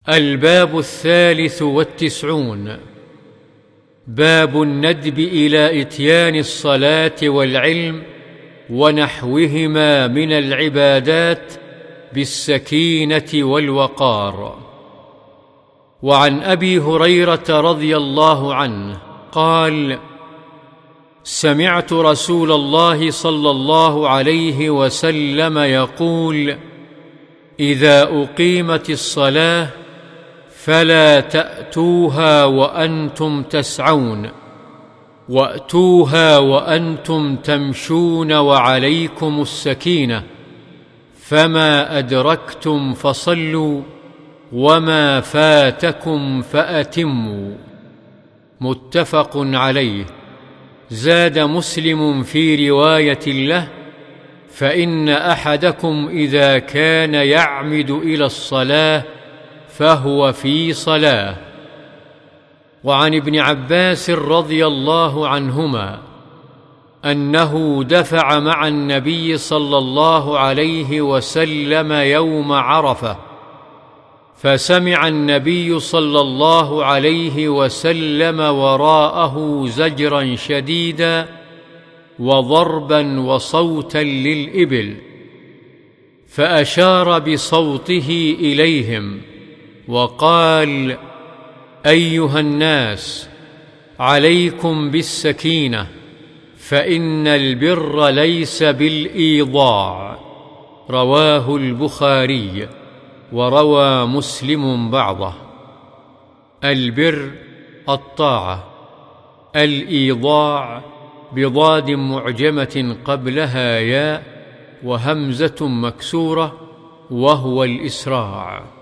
الباب 93. باب الندب إلى إتيان الصلاة والعلم ونحوهما من العبادات بالسكينة والوقار. وعن أبي هريرة رضي الله عنه قال: سمعت رسول الله صلى الله عليه وسلم يقول: إذا أقيمت الصلاة فلا تأتوها وأنتم تسعون، وأتوها وأنتم تمشون وعليكم السكينة، فما أدركتم فصلوا وما فاتكم فأتموا. متفق عليه. زاد مسلم في رواية له: فإن أحدكم إذا كان يعمد إلى الصلاة فهو في صلاة. وعن ابن عباس رضي الله عنهما أنه دفع مع النبي صلى الله عليه وسلم يوم عرفة، فسمع النبي صلى الله عليه وسلم وراءه زجرا شديدا وضربا وصوتا للإبل، فأشار بصوته إليهم وقال: أيها الناس، عليكم بالسكينة، فإن البر ليس بالإيضاع. رواه البخاري، وروى مسلم بعضه. البر الطاعة، الإيضاع بضاد معجمة قبلها ياء وهمزة مكسورة، وهو الإسراع.